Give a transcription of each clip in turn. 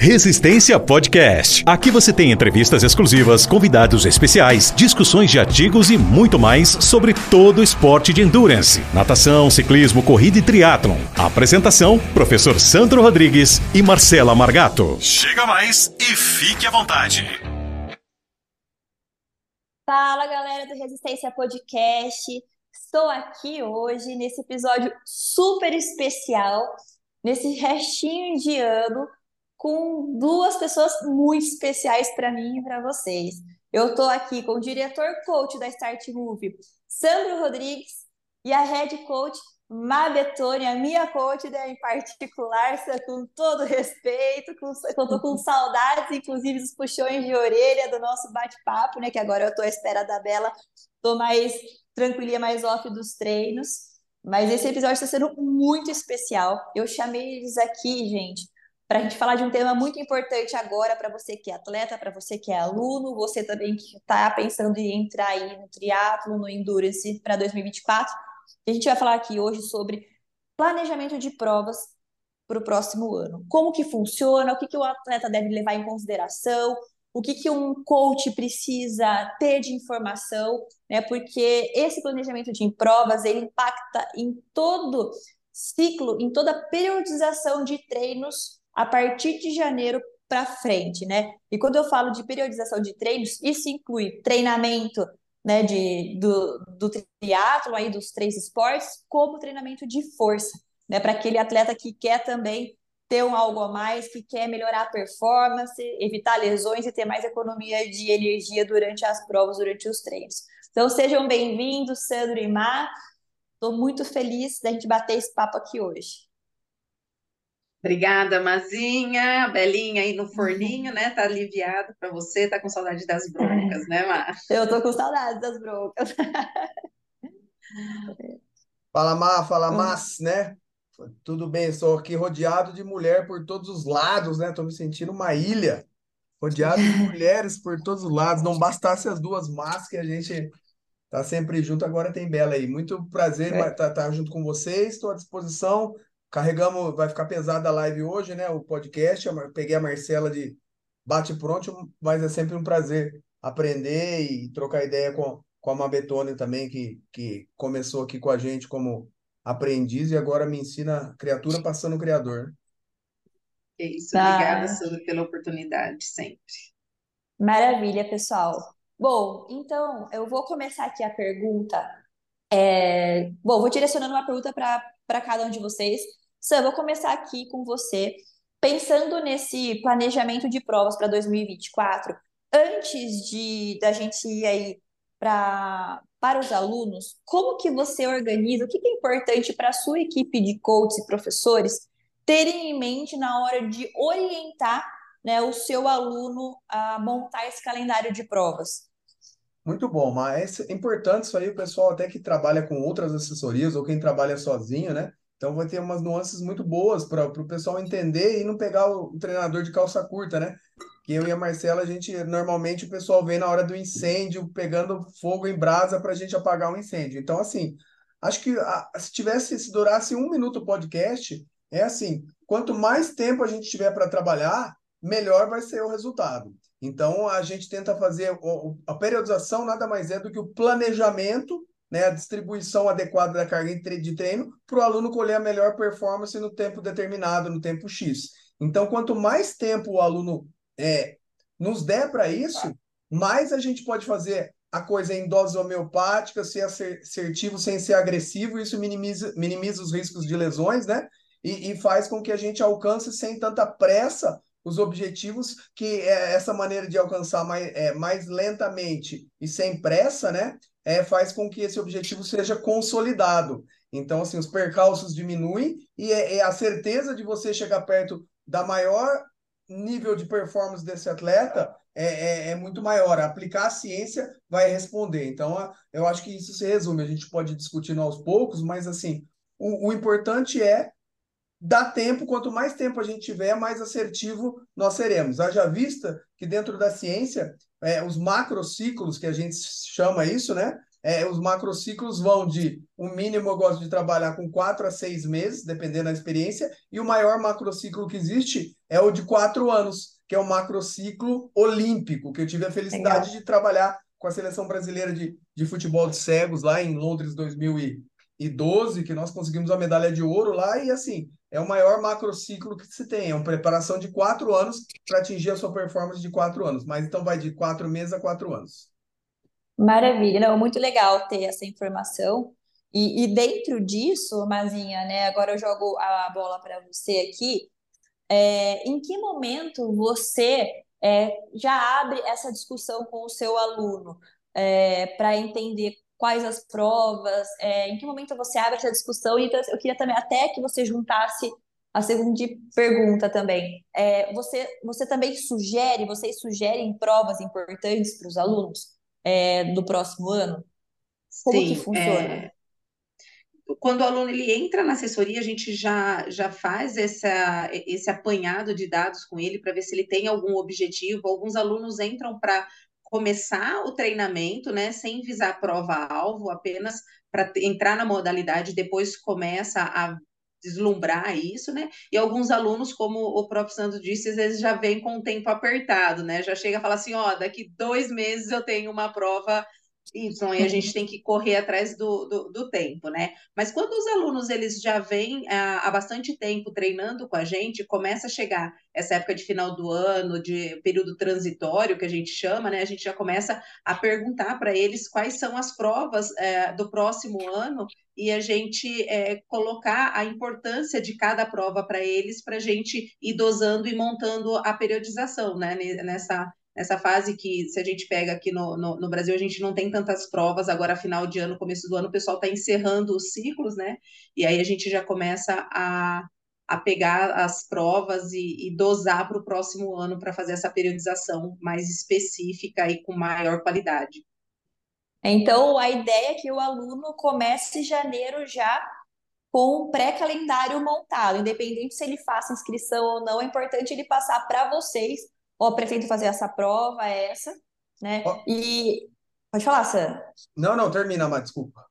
Resistência Podcast. Aqui você tem entrevistas exclusivas, convidados especiais, discussões de artigos e muito mais sobre todo o esporte de endurance, natação, ciclismo, corrida e triatlon. Apresentação, professor Sandro Rodrigues e Marcela Margato. Chega mais e fique à vontade. Fala, galera do Resistência Podcast. Estou aqui hoje nesse episódio super especial, nesse restinho de ano, com duas pessoas muito especiais para mim e para vocês. Eu estou aqui com o diretor coach da Start Move, Sandro Rodrigues, e a head coach Má Betoni, a minha coach, né, em particular, com todo respeito, eu tô com saudades, inclusive, dos puxões de orelha do nosso bate-papo, né, que agora eu estou à espera da Bela, estou mais tranquilinha, mais off dos treinos, mas esse episódio está sendo muito especial. Eu chamei eles aqui, gente, para a gente falar de um tema muito importante agora para você que é atleta, para você que é aluno, você também que está pensando em entrar aí no triatlo, no endurance para 2024. A gente vai falar aqui hoje sobre planejamento de provas para o próximo ano. Como que funciona, o que o atleta deve levar em consideração, o que um coach precisa ter de informação, né? Porque esse planejamento de provas, ele impacta em todo ciclo, em toda periodização de treinos a partir de janeiro para frente, né? E quando eu falo de periodização de treinos, isso inclui treinamento, né, do triatlo, aí dos três esportes, como treinamento de força, né, para aquele atleta que quer também ter algo a mais, que quer melhorar a performance, evitar lesões e ter mais economia de energia durante as provas, durante os treinos. Então sejam bem-vindos, Sandro e Má. Estou muito feliz da gente bater esse papo aqui hoje. Obrigada, Mazinha, Belinha aí no forninho, né? Tá aliviado para você, tá com saudade das broncas, né, Má? Eu tô com saudade das broncas. Fala, fala, Mas, né? Tudo bem, estou aqui rodeado de mulher por todos os lados, né? Estou me sentindo uma ilha, rodeado de mulheres por todos os lados. Não bastasse as duas Mas que a gente tá sempre junto, agora tem Bela aí. Muito prazer estar junto com vocês, estou à disposição. Carregamos, vai ficar pesada a live hoje, né? O podcast. Peguei a Marcela de bate-pronto, mas é sempre um prazer aprender e trocar ideia com a Mabetone também, que começou aqui com a gente como aprendiz e agora me ensina criatura passando o criador, né? É isso, obrigada, Sandra, pela oportunidade, sempre. Maravilha, pessoal. Bom, então, eu vou começar aqui a pergunta. Bom, vou direcionando uma pergunta para cada um de vocês. Sam, eu vou começar aqui com você. Pensando nesse planejamento de provas para 2024, antes da gente ir aí para os alunos, como que você organiza? O que é importante para a sua equipe de coaches e professores terem em mente na hora de orientar, né, o seu aluno a montar esse calendário de provas? Muito bom, mas é importante isso aí, o pessoal até que trabalha com outras assessorias ou quem trabalha sozinho, né? Então vai ter umas nuances muito boas para o pessoal entender e não pegar o treinador de calça curta, né? Que eu e a Marcela, a gente normalmente o pessoal vem na hora do incêndio, pegando fogo em brasa para a gente apagar um incêndio. Então, assim, acho que se durasse um minuto o podcast, é assim, quanto mais tempo a gente tiver para trabalhar, melhor vai ser o resultado. Então, a gente tenta fazer a periodização nada mais é do que o planejamento, né, a distribuição adequada da carga de treino para o aluno colher a melhor performance no tempo determinado, no tempo X. Então, quanto mais tempo o aluno nos der para isso, mais a gente pode fazer a coisa em dose homeopática, ser assertivo sem ser agressivo, isso minimiza os riscos de lesões, né? E faz com que a gente alcance sem tanta pressa os objetivos, que essa maneira de alcançar mais lentamente e sem pressa, né? Faz com que esse objetivo seja consolidado. Então, assim, os percalços diminuem e a certeza de você chegar perto da maior nível de performance desse atleta é muito maior. Aplicar a ciência vai responder. Então, eu acho que isso se resume. A gente pode discutir aos poucos, mas assim, o importante é dar tempo. Quanto mais tempo a gente tiver, mais assertivo nós seremos. Haja vista que dentro da ciência, os macrociclos, que a gente chama isso, né? os macrociclos vão de, o mínimo eu gosto de trabalhar com 4 a 6 meses, dependendo da experiência, e o maior macrociclo que existe é o de 4 anos, que é o macrociclo olímpico, que eu tive a felicidade Legal. de trabalhar com a seleção brasileira de futebol de cegos lá em Londres 2012, que nós conseguimos a medalha de ouro lá, e assim, é o maior macrociclo que se tem, é uma preparação de 4 anos para atingir a sua performance de 4 anos, mas então vai de 4 meses a 4 anos. Maravilha, não, muito legal ter essa informação. E dentro disso, Mazinha, né? Agora eu jogo a bola para você aqui. Em que momento você já abre essa discussão com o seu aluno para entender quais as provas? Em que momento você abre essa discussão? E então, eu queria também até que você juntasse a segunda pergunta também. Você também vocês sugerem provas importantes para os alunos do próximo ano? Como que Sim, funciona? quando o aluno ele entra na assessoria, a gente já faz esse apanhado de dados com ele para ver se ele tem algum objetivo. Alguns alunos entram para começar o treinamento, né, sem visar prova-alvo, apenas para entrar na modalidade, depois começa a deslumbrar isso, né? E alguns alunos, como o próprio Sandro disse, às vezes já vem com o tempo apertado, né? Já chega a falar assim, ó, daqui 2 meses eu tenho uma prova Y, e a gente tem que correr atrás do tempo, né? Mas quando os alunos eles já vêm há bastante tempo treinando com a gente, começa a chegar essa época de final do ano, de período transitório, que a gente chama, né? A gente já começa a perguntar para eles quais são as provas do próximo ano e a gente colocar a importância de cada prova para eles, para a gente ir dosando e montando a periodização, né? Nessa fase que, se a gente pega aqui no Brasil, a gente não tem tantas provas, agora final de ano, começo do ano, o pessoal está encerrando os ciclos, né? E aí a gente já começa a pegar as provas e dosar para o próximo ano para fazer essa periodização mais específica e com maior qualidade. Então, a ideia é que o aluno comece em janeiro já com um pré-calendário montado, independente se ele faça inscrição ou não, é importante ele passar para vocês, ó, pretendo fazer essa prova, essa, né? Ó, E pode falar, Sam. não, não, termina, mas desculpa.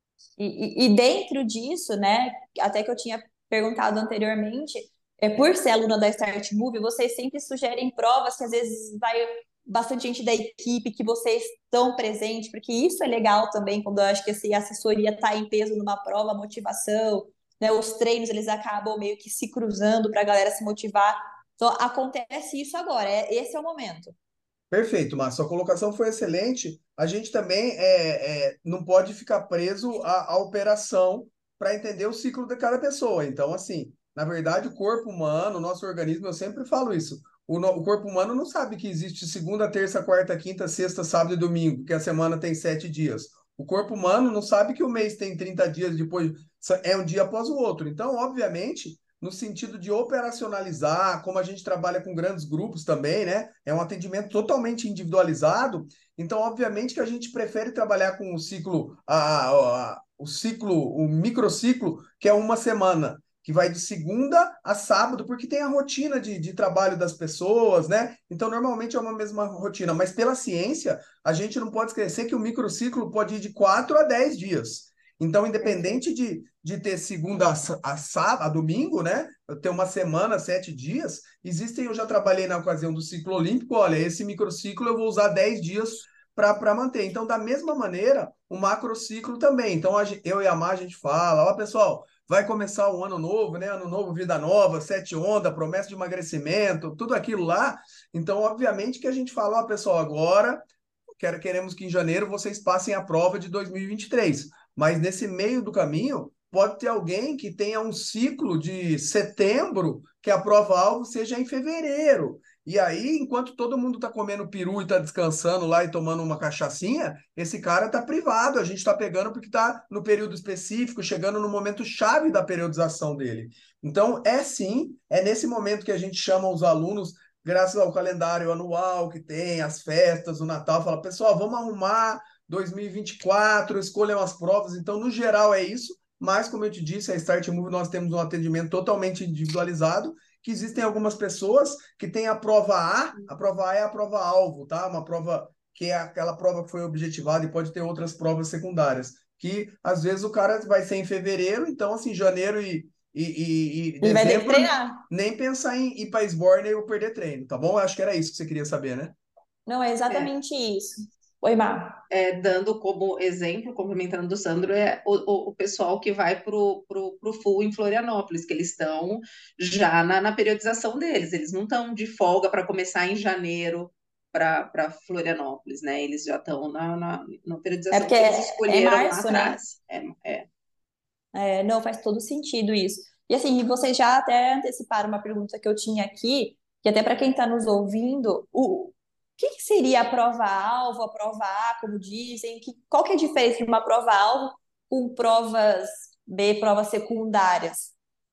E dentro disso, né, até que eu tinha perguntado anteriormente, por ser aluna da Start Move, vocês sempre sugerem provas que às vezes vai bastante gente da equipe, que vocês estão presentes, porque isso é legal também, quando eu acho que a assessoria está em peso numa prova, a motivação, né, os treinos, eles acabam meio que se cruzando para a galera se motivar. Então, acontece isso agora, esse é o momento. Perfeito, Márcio. Sua colocação foi excelente. A gente também não pode ficar preso à operação para entender o ciclo de cada pessoa. Então, assim, na verdade, o corpo humano, o nosso organismo, eu sempre falo isso. O corpo humano não sabe que existe segunda, terça, quarta, quinta, sexta, sábado e domingo, que a semana tem 7 dias. O corpo humano não sabe que o mês tem 30 dias, depois é um dia após o outro. Então, obviamente, no sentido de operacionalizar, como a gente trabalha com grandes grupos também, né? É um atendimento totalmente individualizado. Então, obviamente que a gente prefere trabalhar com o ciclo, o microciclo, que é uma semana, que vai de segunda a sábado, porque tem a rotina de trabalho das pessoas, né? Então, normalmente é uma mesma rotina, mas pela ciência, a gente não pode esquecer que o microciclo pode ir de 4 a 10 dias. Então, independente Perfeito. de ter segunda a sábado, a domingo, né? Eu ter uma semana, 7 dias. Eu já trabalhei na ocasião do ciclo olímpico. Olha, esse microciclo eu vou usar 10 dias para manter. Então, da mesma maneira, o macrociclo também. Então, eu e a Mar, a gente fala, ó, pessoal, vai começar o ano novo, né? Ano novo, vida nova, 7 onda, promessa de emagrecimento, tudo aquilo lá. Então, obviamente que a gente fala, ó, pessoal, agora queremos que em janeiro vocês passem a prova de 2023. Mas nesse meio do caminho, pode ter alguém que tenha um ciclo de setembro, que a prova-alvo seja em fevereiro. E aí, enquanto todo mundo está comendo peru e está descansando lá e tomando uma cachaçinha, esse cara está privado. A gente está pegando porque está no período específico, chegando no momento chave da periodização dele. Então, sim, é nesse momento que a gente chama os alunos, graças ao calendário anual que tem, as festas, o Natal, fala, pessoal, vamos arrumar 2024, escolham as provas. Então, no geral, é isso. Mas, como eu te disse, a Start Move nós temos um atendimento totalmente individualizado, que existem algumas pessoas que têm a prova A é a prova-alvo, tá? Uma prova que é aquela prova que foi objetivada e pode ter outras provas secundárias, que às vezes o cara vai ser em fevereiro, então assim, janeiro e Ele vai ter que dezembro, treinar. nem pensar em ir para Esborne ou perder treino, tá bom? Eu acho que era isso que você queria saber, né? Não, é É, exatamente isso. Oi, Mar. dando como exemplo, complementando o Sandro, é o pessoal que vai pro Full em Florianópolis, que eles estão já na periodização deles, eles não estão de folga para começar em janeiro para Florianópolis, né? Eles já estão na É periodização porque que eles é escolheram lá março, né? atrás. É. É, não, faz todo sentido isso. E assim, vocês já até anteciparam uma pergunta que eu tinha aqui, que até para quem está nos ouvindo, o que seria a prova-alvo, a prova A, como dizem? Qual que é a diferença de uma prova-alvo com provas B, provas secundárias?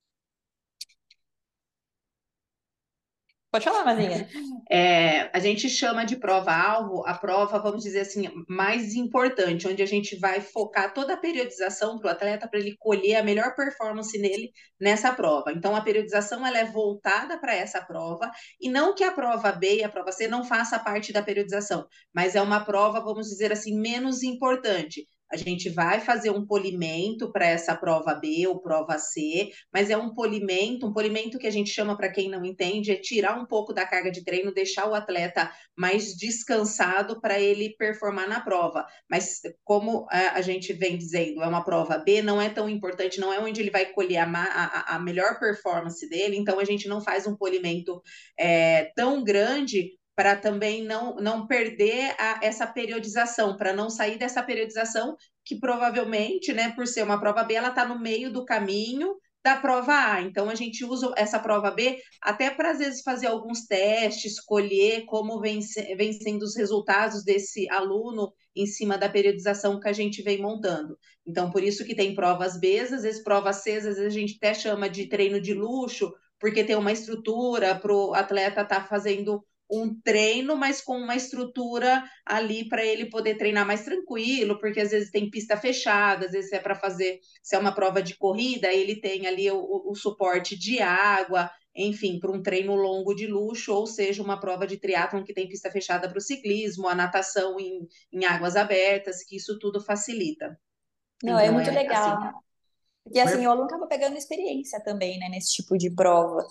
Pode falar, Mazinha. A gente chama de prova-alvo a prova, vamos dizer assim, mais importante, onde a gente vai focar toda a periodização para o atleta para ele colher a melhor performance nele nessa prova. Então, a periodização ela é voltada para essa prova, e não que a prova B e a prova C não faça parte da periodização, mas é uma prova, vamos dizer assim, menos importante. A gente vai fazer um polimento para essa prova B ou prova C, mas é um polimento que a gente chama, para quem não entende, é tirar um pouco da carga de treino, deixar o atleta mais descansado para ele performar na prova. Mas como a gente vem dizendo, é uma prova B, não é tão importante, não é onde ele vai colher a melhor performance dele, então a gente não faz um polimento tão grande para também não perder essa periodização, para não sair dessa periodização que provavelmente, né, por ser uma prova B, ela está no meio do caminho da prova A. Então, a gente usa essa prova B até para, às vezes, fazer alguns testes, escolher como vem sendo os resultados desse aluno em cima da periodização que a gente vem montando. Então, por isso que tem provas B, às vezes provas C, às vezes a gente até chama de treino de luxo, porque tem uma estrutura para o atleta estar fazendo um treino, mas com uma estrutura ali para ele poder treinar mais tranquilo, porque às vezes tem pista fechada, às vezes é para fazer, se é uma prova de corrida, ele tem ali o suporte de água, enfim, para um treino longo de luxo, ou seja, uma prova de triatlon que tem pista fechada para o ciclismo, a natação em águas abertas, que isso tudo facilita. Não, é Então, muito é assim. legal. Porque assim, o aluno acaba pegando experiência também, né, nesse tipo de prova.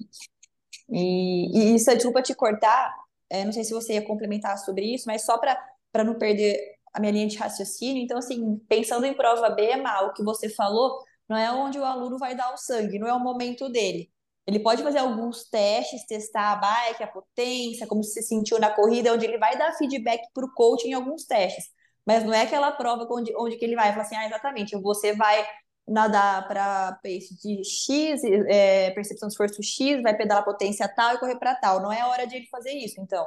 E isso, desculpa te cortar, não sei se você ia complementar sobre isso, mas só para não perder a minha linha de raciocínio. Então, assim, pensando em prova B, mal, o que você falou, não é onde o aluno vai dar o sangue, não é o momento dele. Ele pode fazer alguns testes, testar a bike, a potência, como se sentiu na corrida, onde ele vai dar feedback para o coach em alguns testes. Mas não é aquela prova onde que ele vai falar assim, exatamente, você vai nadar para pace de X, percepção de esforço X, vai pedalar potência tal e correr para tal. Não é hora de ele fazer isso, então.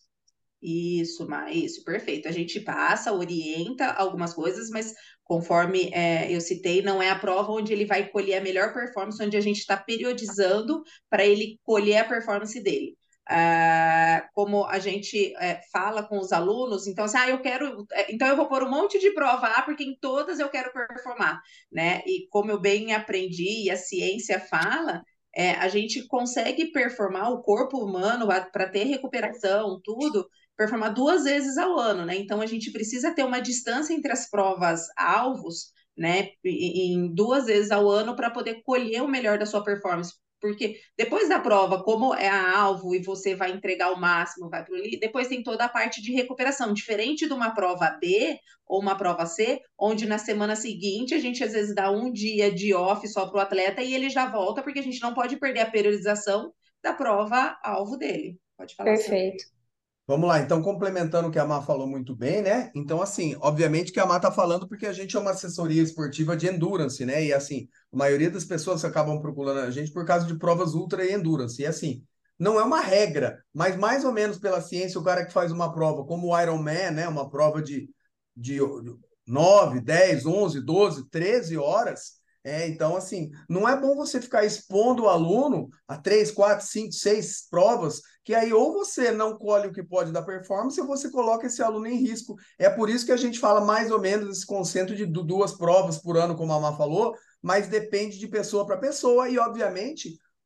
Isso, perfeito. A gente passa, orienta algumas coisas, mas conforme eu citei, não é a prova onde ele vai colher a melhor performance, onde a gente está periodizando para ele colher a performance dele. Como a gente fala com os alunos, então assim, então eu vou pôr um monte de prova A, porque em todas eu quero performar, né? E como eu bem aprendi e a ciência fala, a gente consegue performar o corpo humano para ter recuperação, tudo performar 2 vezes ao ano, né? Então a gente precisa ter uma distância entre as provas alvos, né? Em 2 vezes ao ano para poder colher o melhor da sua performance. Porque depois da prova, como é a alvo e você vai entregar o máximo, vai para o depois tem toda a parte de recuperação, diferente de uma prova B ou uma prova C, onde na semana seguinte a gente às vezes dá um dia de off só para o atleta e ele já volta, porque a gente não pode perder a periodização da prova alvo dele. Pode falar, Sandra. Perfeito. Vamos lá, então, complementando o que a Má falou muito bem, né? Então, assim, obviamente que a Má tá falando porque a gente é uma assessoria esportiva de endurance, né? E, assim, a maioria das pessoas acabam procurando a gente por causa de provas ultra e endurance. E, assim, não é uma regra, mas mais ou menos pela ciência, o cara que faz uma prova como o Ironman, né? Uma prova de 9, 10, 11, 12, 13 horas. Então, assim, não é bom você ficar expondo o aluno a 3, 4, 5, 6 provas que aí ou você não colhe o que pode da performance ou você coloca esse aluno em risco. É por isso que a gente fala mais ou menos esse conceito de 2 provas por ano, como a Má falou, mas depende de pessoa para pessoa e, obviamente,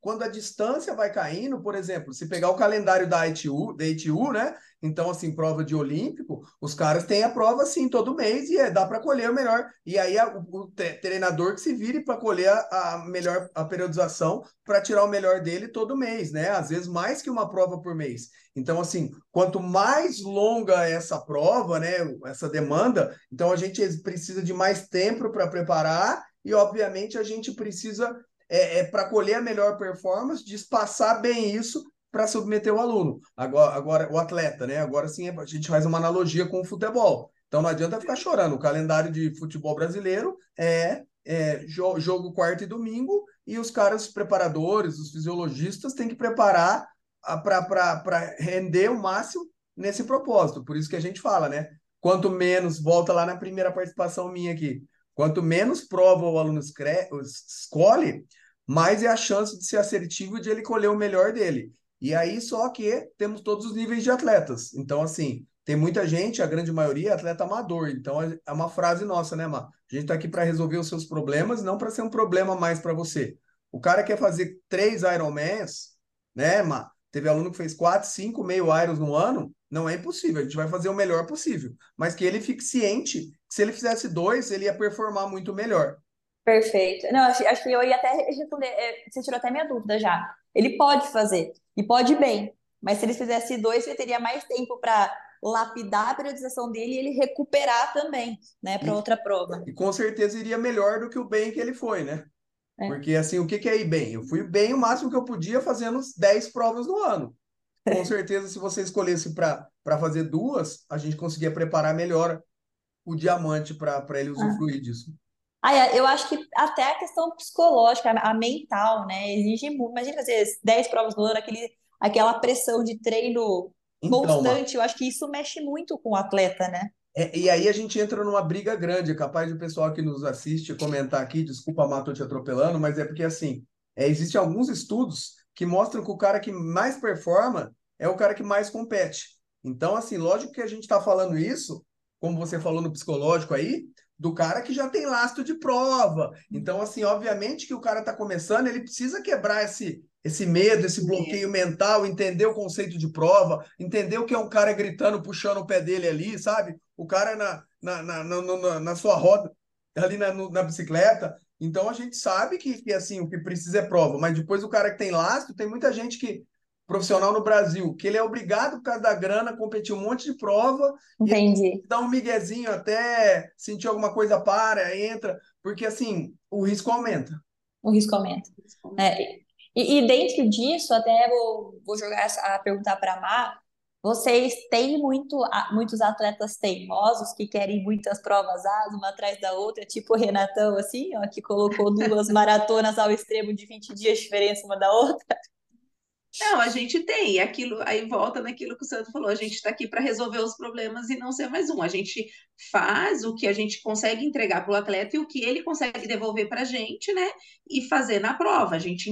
quando a distância vai caindo, por exemplo, se pegar o calendário da ITU, né? Então, assim, prova de olímpico, os caras têm a prova, assim, todo mês e dá para colher o melhor. E aí o treinador que se vire para colher a melhor a periodização para tirar o melhor dele todo mês, né? Às vezes mais que uma prova por mês. Então, assim, quanto mais longa essa prova, né, essa demanda, então a gente precisa de mais tempo para preparar e, obviamente, a gente precisa, para colher a melhor performance, de espaçar bem isso para submeter o aluno. Agora, o atleta, né? Agora sim, a gente faz uma analogia com o futebol. Então, não adianta ficar chorando. O calendário de futebol brasileiro é jogo quarta e domingo, e os caras, os preparadores, os fisiologistas, têm que preparar para render o máximo nesse propósito. Por isso que a gente fala, né? Quanto menos, volta lá na primeira participação minha aqui, quanto menos prova o aluno escolhe, mais é a chance de ser assertivo e de ele colher o melhor dele. E aí, só que temos todos os níveis de atletas. Então, assim, tem muita gente, a grande maioria, é atleta amador. Então, é uma frase nossa, né, Má? A gente está aqui para resolver os seus problemas, não para ser um problema mais para você. O cara quer fazer 3 Ironmans, né, Má? Teve aluno que fez 4, 5 meio Irons no ano. Não é impossível, a gente vai fazer o melhor possível. Mas que ele fique ciente que se ele fizesse 2, ele ia performar muito melhor. Perfeito. Não, acho que eu ia até responder, você tirou até minha dúvida já. Ele pode fazer, e pode bem, mas se ele fizesse 2, ele teria mais tempo para lapidar a periodização dele e ele recuperar também, né, para E, outra prova. e com certeza iria melhor do que o bem que ele foi, né? É. Porque, assim, o que é ir bem? Eu fui bem o máximo que eu podia fazendo 10 provas no ano. Com certeza, se você escolhesse para fazer 2, a gente conseguia preparar melhor o diamante para ele Ah. usufruir disso. Eu acho que até a questão psicológica, a mental, né, exige muito. Imagina fazer 10 provas no ano, aquela pressão de treino Então, Má, constante. Eu acho que isso mexe muito com o atleta, né? e aí a gente entra numa briga grande. É capaz de o pessoal que nos assiste comentar aqui, desculpa, Má, tô te atropelando, mas é porque, assim, existem alguns estudos que mostram que o cara que mais performa é o cara que mais compete. Então, assim, lógico que a gente está falando isso, como você falou no psicológico aí, do cara que já tem lastro de prova. Então, assim, obviamente que o cara está começando, ele precisa quebrar esse medo, esse bloqueio mental, entender o conceito de prova, entender o que é um cara gritando, puxando o pé dele ali, sabe? O cara na sua roda, ali na bicicleta. Então a gente sabe que assim, o que precisa é prova, mas depois o cara que tem lastro, tem muita gente que, profissional no Brasil, que ele é obrigado, por causa da grana, a competir um monte de prova, e aí Entendi. dá um miguezinho até sentir alguma coisa, entra, porque assim, o risco aumenta. O risco aumenta. É, e dentro disso, até vou jogar a pergunta para a Mar. Vocês têm muitos atletas teimosos que querem muitas provas uma atrás da outra, tipo o Renatão, assim, ó, que colocou 2 maratonas ao extremo de 20 dias de diferença uma da outra? Não, a gente tem, e aquilo aí volta naquilo que o Santo falou, a gente está aqui para resolver os problemas e não ser mais um. A gente faz o que a gente consegue entregar para o atleta e o que ele consegue devolver para a gente, né? E fazer na prova. A gente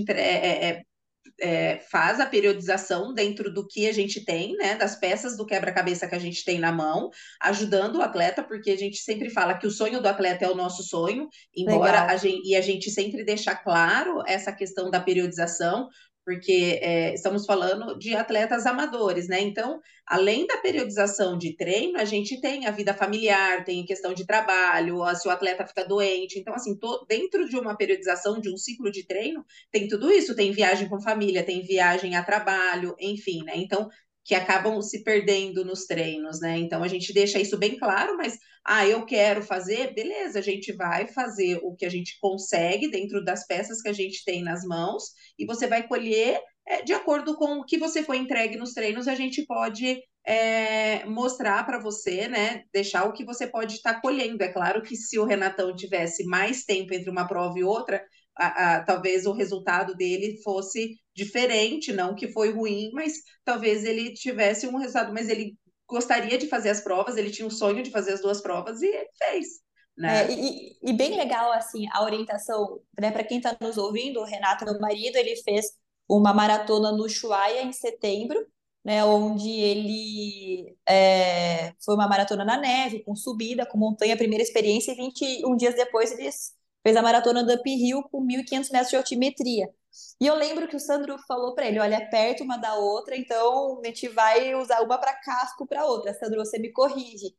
faz a periodização dentro do que a gente tem, né? Das peças do quebra-cabeça que a gente tem na mão, ajudando o atleta, porque a gente sempre fala que o sonho do atleta é o nosso sonho, embora Legal. a gente sempre deixa claro essa questão da periodização, porque estamos falando de atletas amadores, né? Então, além da periodização de treino, a gente tem a vida familiar, tem a questão de trabalho, se o atleta fica doente. Então, assim, dentro de uma periodização, de um ciclo de treino, tem tudo isso, tem viagem com família, tem viagem a trabalho, enfim, né? Então, que acabam se perdendo nos treinos, né? Então a gente deixa isso bem claro, mas eu quero fazer, beleza, a gente vai fazer o que a gente consegue dentro das peças que a gente tem nas mãos, e você vai colher de acordo com o que você foi entregue nos treinos, a gente pode mostrar para você, né? Deixar o que você pode estar colhendo. É claro que se o Renatão tivesse mais tempo entre uma prova e outra, talvez o resultado dele fosse diferente, não que foi ruim, mas talvez ele tivesse um resultado, mas ele gostaria de fazer as provas, ele tinha o sonho de fazer as 2 provas e ele fez, né? E bem legal, assim, a orientação, né, para quem está nos ouvindo, o Renato, meu marido, ele fez uma maratona no Ushuaia em setembro, né, onde ele foi uma maratona na neve, com subida, com montanha, primeira experiência, e 21 dias depois ele fez a maratona do uphill com 1.500 metros de altimetria. E eu lembro que o Sandro falou para ele, olha, é perto uma da outra, então a gente vai usar uma para casco para outra. Sandro, você me corrige.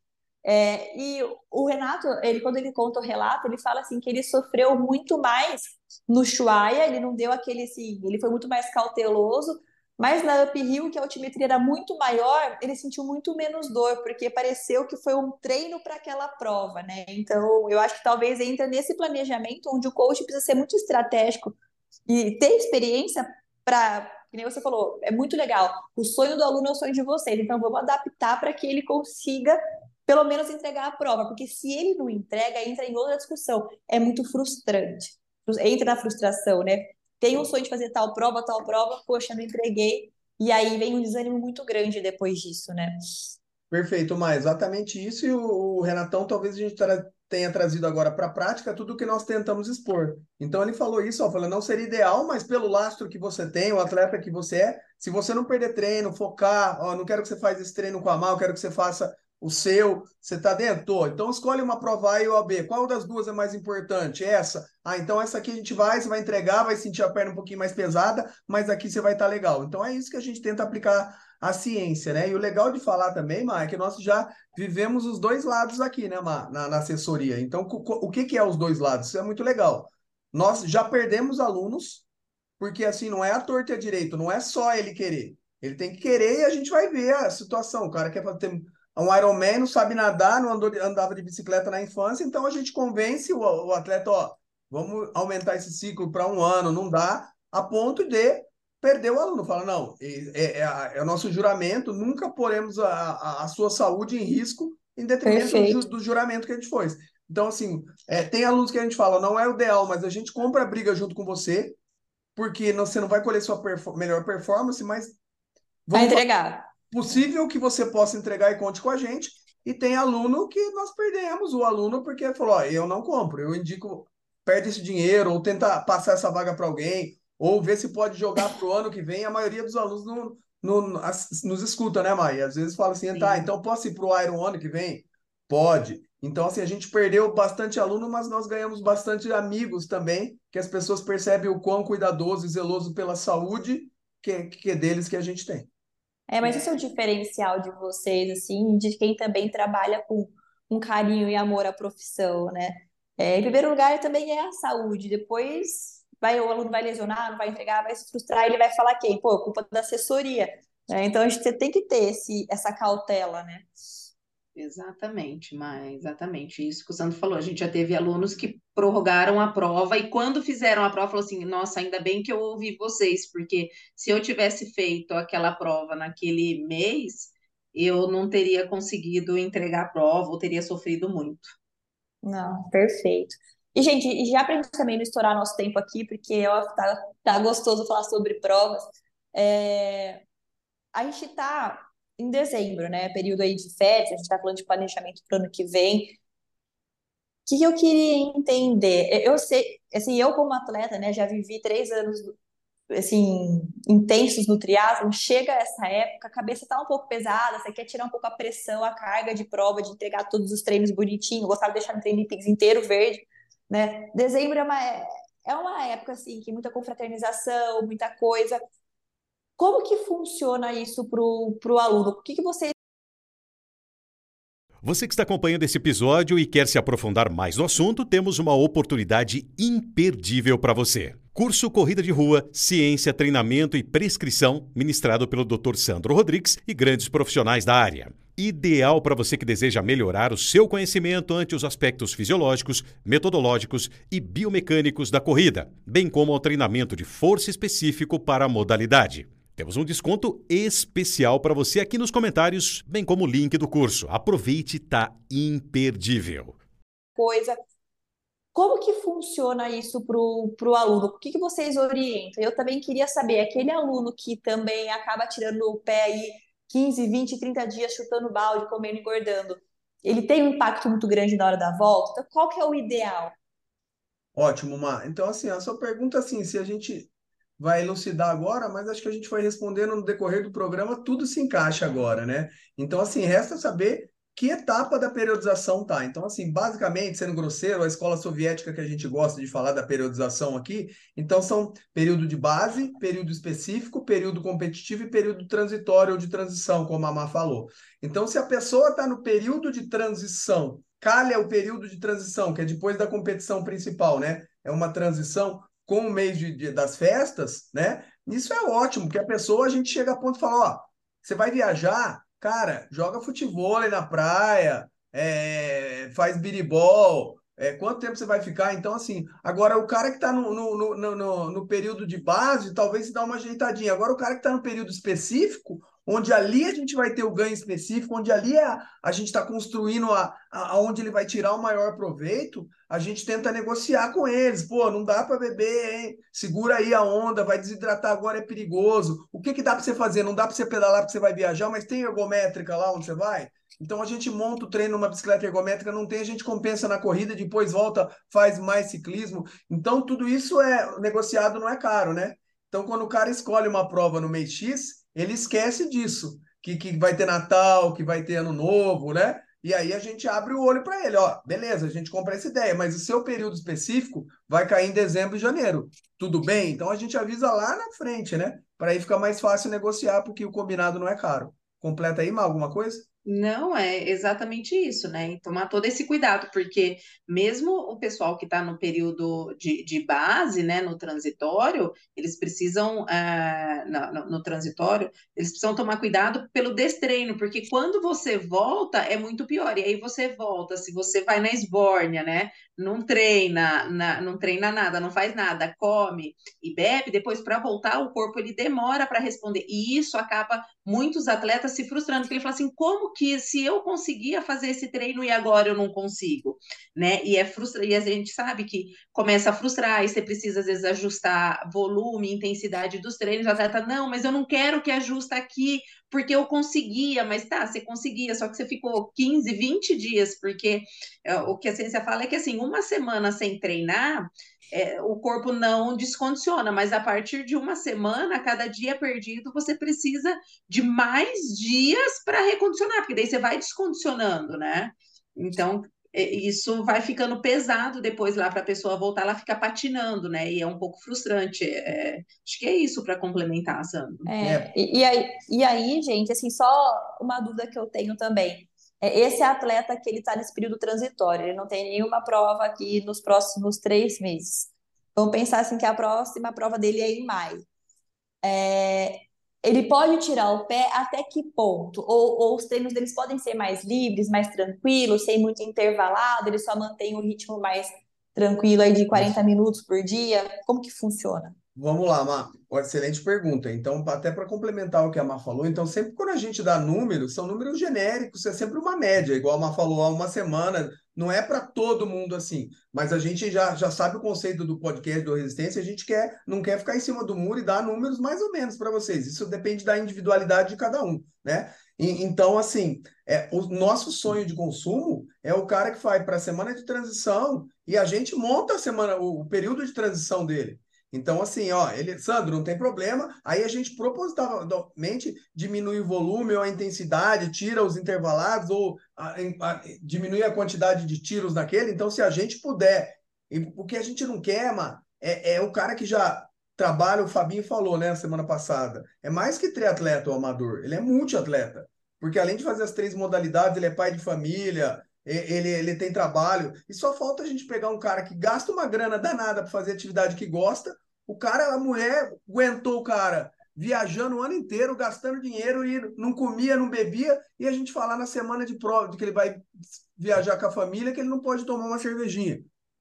E o Renato, quando ele conta o relato, ele fala assim que ele sofreu muito mais no Ushuaia, ele não deu aquele assim, ele foi muito mais cauteloso, mas na Uphill, que a altimetria era muito maior, ele sentiu muito menos dor, porque pareceu que foi um treino para aquela prova, né? Então, eu acho que talvez entra nesse planejamento onde o coach precisa ser muito estratégico e ter experiência para, que nem você falou, é muito legal. O sonho do aluno é o sonho de vocês, então vamos adaptar para que ele consiga pelo menos entregar a prova, porque se ele não entrega, entra em outra discussão. É muito frustrante. Entra na frustração, né? Tem um sonho de fazer tal prova, poxa, não entreguei. E aí vem um desânimo muito grande depois disso, né? Perfeito, mas exatamente isso, e o Renatão talvez a gente tenha trazido agora para a prática tudo o que nós tentamos expor. Então ele falou isso, ó, falou, não seria ideal, mas pelo lastro que você tem, o atleta que você é, se você não perder treino, focar, ó, não quero que você faça esse treino com a mão, quero que você faça o seu, você está dentro? Tô. Então escolhe uma prova A e uma B. Qual das duas é mais importante? Essa? Ah, então essa aqui a gente vai, você vai entregar, vai sentir a perna um pouquinho mais pesada, mas aqui você vai estar legal. Então é isso que a gente tenta aplicar a ciência, né? E o legal de falar também, Mar, é que nós já vivemos os dois lados aqui, né, Mar, na assessoria. Então, o que é os dois lados? Isso é muito legal. Nós já perdemos alunos, porque assim, não é a torta e a direito, não é só ele querer. Ele tem que querer e a gente vai ver a situação. O cara quer fazer um Ironman, não sabe nadar, não andava de bicicleta na infância, então a gente convence o atleta, ó, vamos aumentar esse ciclo para um ano, não dá, a ponto de perder o aluno. Fala, não, é o nosso juramento, nunca poremos a sua saúde em risco em detrimento Perfeito. do juramento que a gente fez. Então, assim, tem alunos que a gente fala, não é o ideal, mas a gente compra a briga junto com você, porque você não vai colher sua melhor performance, mas Vai vamos entregar. possível que você possa entregar e conte com a gente. E tem aluno que nós perdemos o aluno porque falou: ó, eu não compro, eu indico, perde esse dinheiro, ou tenta passar essa vaga para alguém, ou ver se pode jogar para o ano que vem. A maioria dos alunos nos escuta, né, Maia? Às vezes fala assim: tá, Sim. então posso ir para o Iron ano que vem? Pode. Então, assim, a gente perdeu bastante aluno, mas nós ganhamos bastante amigos também, que as pessoas percebem o quão cuidadoso e zeloso pela saúde que é deles que a gente tem. Mas esse é o diferencial de vocês, assim, de quem também trabalha com um carinho e amor à profissão, né? Em primeiro lugar, também é a saúde. Depois, o aluno vai lesionar, não vai entregar, vai se frustrar, ele vai falar quem? Pô, culpa da assessoria. Então, a gente tem que ter essa cautela, né? Exatamente, mas exatamente isso que o Sandro falou. A gente já teve alunos que prorrogaram a prova e quando fizeram a prova, falou assim: nossa, ainda bem que eu ouvi vocês, porque se eu tivesse feito aquela prova naquele mês, eu não teria conseguido entregar a prova ou teria sofrido muito. Não, perfeito. E, gente, e já para a gente também não estourar nosso tempo aqui, porque ó, tá gostoso falar sobre provas, é, a gente está em dezembro, né? Período aí de férias, a gente está falando de planejamento para o ano que vem. O que eu queria entender? Eu sei, assim, eu como atleta, né, já vivi 3 anos, assim, intensos no triatlon, chega essa época, a cabeça tá um pouco pesada, você quer tirar um pouco a pressão, a carga de prova, de entregar todos os treinos bonitinho, gostava de deixar o treino Peaks inteiro verde, né? Dezembro é uma época, assim, que muita confraternização, muita coisa. Como que funciona isso pro aluno? O que você... Você que está acompanhando esse episódio e quer se aprofundar mais no assunto, temos uma oportunidade imperdível para você. Curso Corrida de Rua, Ciência, Treinamento e Prescrição, ministrado pelo Dr. Sandro Rodrigues e grandes profissionais da área. Ideal para você que deseja melhorar o seu conhecimento ante os aspectos fisiológicos, metodológicos e biomecânicos da corrida, bem como ao treinamento de força específico para a modalidade. Temos um desconto especial para você aqui nos comentários, bem como o link do curso. Aproveite, tá imperdível. coisa. Como que funciona isso pro aluno? O que vocês orientam? Eu também queria saber, aquele aluno que também acaba tirando o pé aí 15, 20, 30 dias chutando balde, comendo e engordando, ele tem um impacto muito grande na hora da volta? Então, qual que é o ideal? Ótimo, Mar. Então, assim, a sua pergunta, assim, se a gente vai elucidar agora, mas acho que a gente vai respondendo no decorrer do programa, tudo se encaixa agora, né? Então, assim, resta saber que etapa da periodização tá. Então, assim, basicamente, sendo grosseiro, a escola soviética que a gente gosta de falar da periodização aqui, então são período de base, período específico, período competitivo e período transitório ou de transição, como a Má falou. Então, se a pessoa está no período de transição, calha o período de transição, que é depois da competição principal, né? É uma transição com o mês das festas, né? Isso é ótimo, porque a pessoa, a gente chega a ponto de falar, ó, você vai viajar, cara, joga futevôlei na praia, faz biribol, quanto tempo você vai ficar? Então, assim, agora o cara que está no período de base, talvez se dá uma ajeitadinha. Agora, o cara que está no período específico, onde ali a gente vai ter o ganho específico, onde ali a gente está construindo aonde ele vai tirar o maior proveito, a gente tenta negociar com eles. Pô, não dá para beber, hein? Segura aí a onda, vai desidratar agora, é perigoso. O que que dá para você fazer? Não dá para você pedalar porque você vai viajar, mas tem ergométrica lá onde você vai? Então a gente monta o treino numa bicicleta ergométrica, não tem, a gente compensa na corrida, depois volta, faz mais ciclismo. Então tudo isso é negociado, não é caro, né? Então quando o cara escolhe uma prova no mês X, ele esquece disso, que vai ter Natal, que vai ter Ano Novo, né? E aí a gente abre o olho para ele, ó, beleza, a gente compra essa ideia, mas o seu período específico vai cair em dezembro e janeiro. Tudo bem? Então a gente avisa lá na frente, né? Para aí ficar mais fácil negociar, porque o combinado não é caro. Completa aí, Mal, alguma coisa? Não, é exatamente isso, né? E tomar todo esse cuidado, porque mesmo o pessoal que está no período de base, né, no transitório, eles precisam, no transitório, eles precisam tomar cuidado pelo destreino, porque quando você volta é muito pior. E aí você volta, se você vai na esbórnia, né? Não treina, não treina nada, não faz nada, come e bebe, depois para voltar o corpo ele demora para responder. E isso acaba muitos atletas se frustrando, porque ele fala assim, como que se eu conseguia fazer esse treino e agora eu não consigo, né? E é frustra e a gente sabe que começa a frustrar, e você precisa às vezes ajustar volume, intensidade dos treinos, o atleta, não, mas eu não quero que ajuste aqui, porque eu conseguia, mas tá, você conseguia, só que você ficou 15, 20 dias, porque o que a ciência fala é que assim, uma semana sem treinar, o corpo não descondiciona, mas a partir de uma semana, cada dia perdido, você precisa de mais dias para recondicionar, porque daí você vai descondicionando, né? Então, isso vai ficando pesado depois lá para a pessoa voltar, ela fica patinando, né? E é um pouco frustrante. Acho que é isso para complementar, Sandro. É, E aí, gente, assim, só uma dúvida que eu tenho também. Esse atleta que ele está nesse período transitório, ele não tem nenhuma prova aqui nos próximos 3 meses. Vamos pensar assim que a próxima prova dele é em maio. É, ele pode tirar o pé até que ponto? Ou os treinos deles podem ser mais livres, mais tranquilos, sem muito intervalado, ele só mantém um ritmo mais tranquilo aí de 40 isso. minutos por dia? Como que funciona? Vamos lá, Má. Uma excelente pergunta. Então, até para complementar o que a Má falou, então sempre quando a gente dá números, são números genéricos, é sempre uma média, igual a Má falou, há uma semana, não é para todo mundo assim, mas a gente já sabe o conceito do podcast do Resistência, a gente não quer ficar em cima do muro e dar números mais ou menos para vocês. Isso depende da individualidade de cada um, né? Então, assim, o nosso sonho de consumo é o cara que vai para a semana de transição e a gente monta a semana, o período de transição dele. Então, assim, ó, Sandro, não tem problema. Aí a gente propositalmente diminui o volume ou a intensidade, tira os intervalados ou diminui a quantidade de tiros naquele. Então, se a gente puder, o que a gente não quer, mano, é o cara que já trabalha, o Fabinho falou, né, na semana passada, é mais que triatleta ou amador, ele é multiatleta. Porque além de fazer as 3 modalidades, ele é pai de família, ele tem trabalho, e só falta a gente pegar um cara que gasta uma grana danada para fazer atividade que gosta. O cara, a mulher aguentou o cara viajando o ano inteiro, gastando dinheiro e não comia, não bebia, e a gente falar na semana de prova, de que ele vai viajar com a família, que ele não pode tomar uma cervejinha,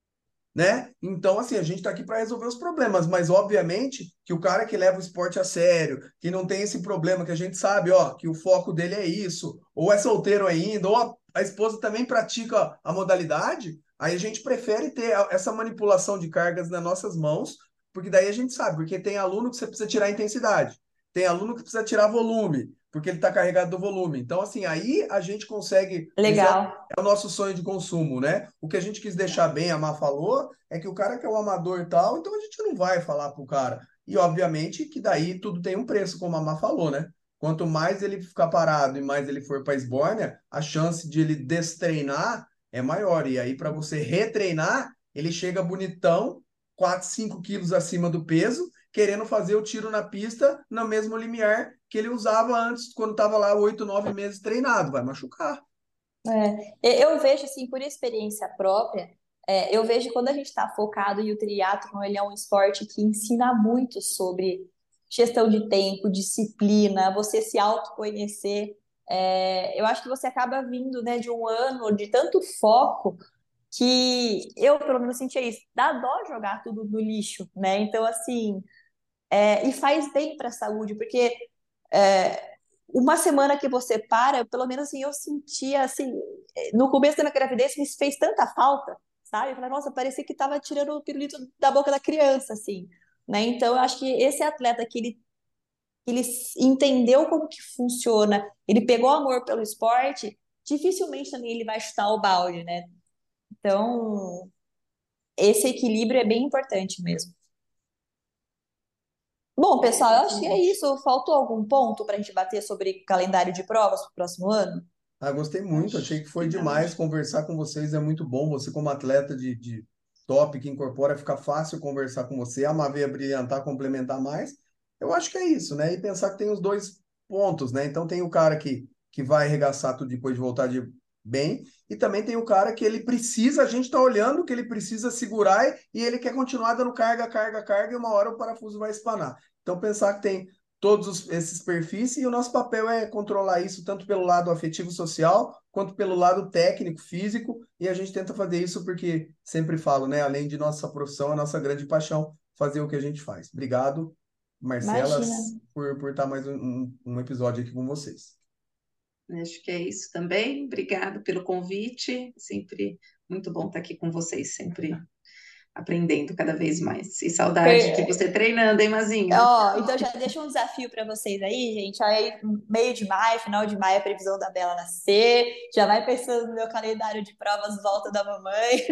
né? Então, assim, a gente está aqui para resolver os problemas, mas obviamente que o cara que leva o esporte a sério, que não tem esse problema, que a gente sabe, ó, que o foco dele é isso, ou é solteiro ainda, ou a esposa também pratica a modalidade, aí a gente prefere ter essa manipulação de cargas nas nossas mãos, porque daí a gente sabe, porque tem aluno que você precisa tirar a intensidade, tem aluno que precisa tirar volume, porque ele está carregado do volume. Então, assim, aí a gente consegue. Esse Legal. é o nosso sonho de consumo, né? O que a gente quis deixar bem, a Má falou, é que o cara que é o amador e tal, então a gente não vai falar pro cara. E obviamente que daí tudo tem um preço, como a Má falou, né? Quanto mais ele ficar parado e mais ele for para a esbórnia, a chance de ele destreinar é maior. E aí, para você retreinar, ele chega bonitão, 4, 5 quilos acima do peso, querendo fazer o tiro na pista no mesmo limiar que ele usava antes, quando estava lá 8, 9 meses treinado. Vai machucar. Eu vejo, assim, por experiência própria, eu vejo quando a gente está focado e o triatlon, ele é um esporte que ensina muito sobre gestão de tempo, disciplina, você se autoconhecer. Eu acho que você acaba vindo, né, de um ano de tanto foco que eu, pelo menos, sentia isso. Dá dó jogar tudo no lixo, né? Então, assim, e faz bem para a saúde, porque é, uma semana que você para, pelo menos assim, eu sentia assim, no começo da minha gravidez me fez tanta falta, sabe? Eu falei, nossa, parecia que tava tirando o pirulito da boca da criança, assim, né? Então, eu acho que esse atleta que ele entendeu como que funciona, ele pegou amor pelo esporte, dificilmente também ele vai chutar o balde, né? Então, esse equilíbrio é bem importante mesmo. Bom, pessoal, eu acho que é Exatamente. isso. Faltou algum ponto para a gente bater sobre calendário de provas para o próximo ano? Ah, gostei muito, achei Acho que foi que não. demais conversar com vocês, é muito bom. Você, como atleta de top que incorpora, fica fácil conversar com você, a Mavê brilhantar, complementar mais. Eu acho que é isso, né? E pensar que tem os dois pontos, né? Então tem o cara que vai arregaçar tudo depois de voltar de bem, e também tem o cara que ele precisa, a gente está olhando que ele precisa segurar e ele quer continuar dando carga, carga, carga, e uma hora o parafuso vai espanar. Então pensar que tem esses perfis, e o nosso papel é controlar isso tanto pelo lado afetivo social, quanto pelo lado técnico, físico, e a gente tenta fazer isso porque, sempre falo, né, além de nossa profissão, a nossa grande paixão, fazer o que a gente faz. Obrigado, Marcela, Imagina. por estar mais um episódio aqui com vocês. Acho que é isso também. Obrigada pelo convite. Sempre muito bom estar aqui com vocês, sempre aprendendo cada vez mais. E saudade de você treinando, hein, Mazinha? Ó, então já deixa um desafio para vocês aí, gente. Aí, meio de maio, final de maio, a previsão da Bela nascer. Já vai pensando no meu calendário de provas, volta da mamãe.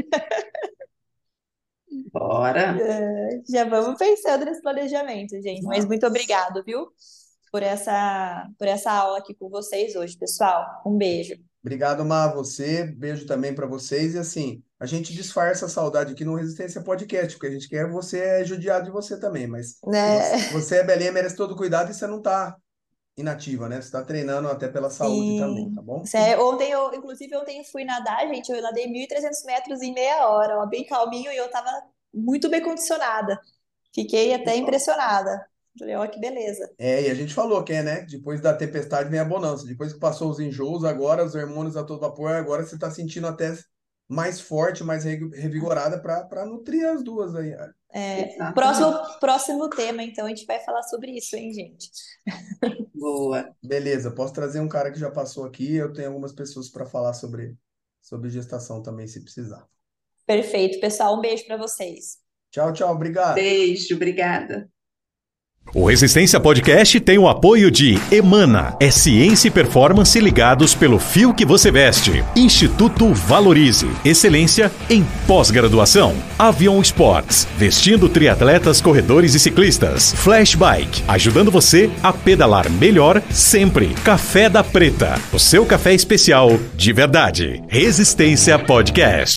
Bora. Já vamos pensando nesse planejamento, gente. Mas muito obrigado, viu? Por essa aula aqui com vocês hoje, pessoal. Um beijo. Obrigado, Má, você. Beijo também para vocês. E assim, a gente disfarça a saudade aqui no Resistência Podcast, porque a gente quer você judiado de você também. Mas Né? você é belinha, merece todo cuidado e você não tá inativa, né? Você tá treinando até pela saúde também, tá Sim. bom? Inclusive, ontem eu fui nadar, gente. Eu nadei 1.300 metros em meia hora, ó, bem calminho, e eu tava muito bem condicionada. Fiquei até impressionada. Falei, ó, que beleza. E a gente falou que né? Depois da tempestade vem a bonança. Depois que passou os enjoos, agora os hormônios a todo vapor, agora você tá sentindo até mais forte, mais revigorada para nutrir as duas aí. Próximo, Exatamente. próximo tema, então, a gente vai falar sobre isso, hein, gente? Boa. Beleza, posso trazer um cara que já passou aqui. Eu tenho algumas pessoas para falar sobre gestação também, se precisar. Perfeito, pessoal. Um beijo para vocês. Tchau, tchau, obrigado. Beijo, obrigada. O Resistência Podcast tem o apoio de Emana, é ciência e performance ligados pelo fio que você veste. Instituto Valorize, excelência em pós-graduação. Avion Sports, vestindo triatletas, corredores e ciclistas. Flash Bike, ajudando você a pedalar melhor sempre. Café da Preta, o seu café especial de verdade. Resistência Podcast.